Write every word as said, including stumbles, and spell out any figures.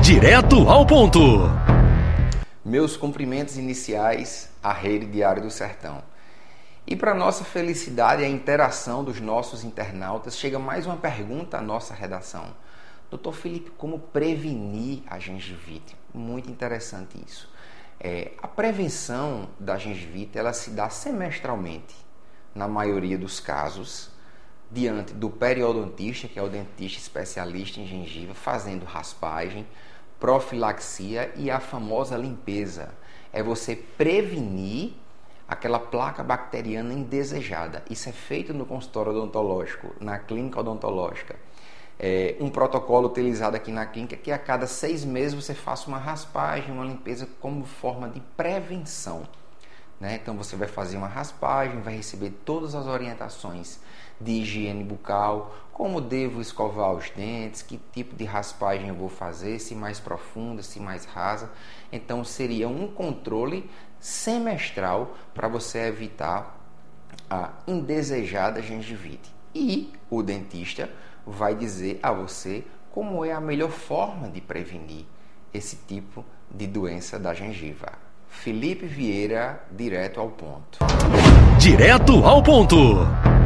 Direto ao ponto. Meus cumprimentos iniciais à Rede Diário do Sertão. E para nossa felicidade e a interação dos nossos internautas, chega mais uma pergunta à nossa redação. doutor Felipe, como prevenir a gengivite? Muito interessante isso. É, a prevenção da gengivite, ela se dá semestralmente, na maioria dos casos, diante do periodontista, que é o dentista especialista em gengiva, fazendo raspagem, profilaxia e a famosa limpeza. É você prevenir aquela placa bacteriana indesejada. Isso é feito no consultório odontológico, na clínica odontológica. É um protocolo utilizado aqui na clínica é que a cada seis meses você faça uma raspagem, uma limpeza como forma de prevenção. Né? Então você vai fazer uma raspagem, vai receber todas as orientações de higiene bucal, como devo escovar os dentes, que tipo de raspagem eu vou fazer, se mais profunda, se mais rasa. Então seria um controle semestral para você evitar a indesejada gengivite. E o dentista vai dizer a você como é a melhor forma de prevenir esse tipo de doença da gengiva. Felipe Vieira, direto ao ponto. Direto ao ponto.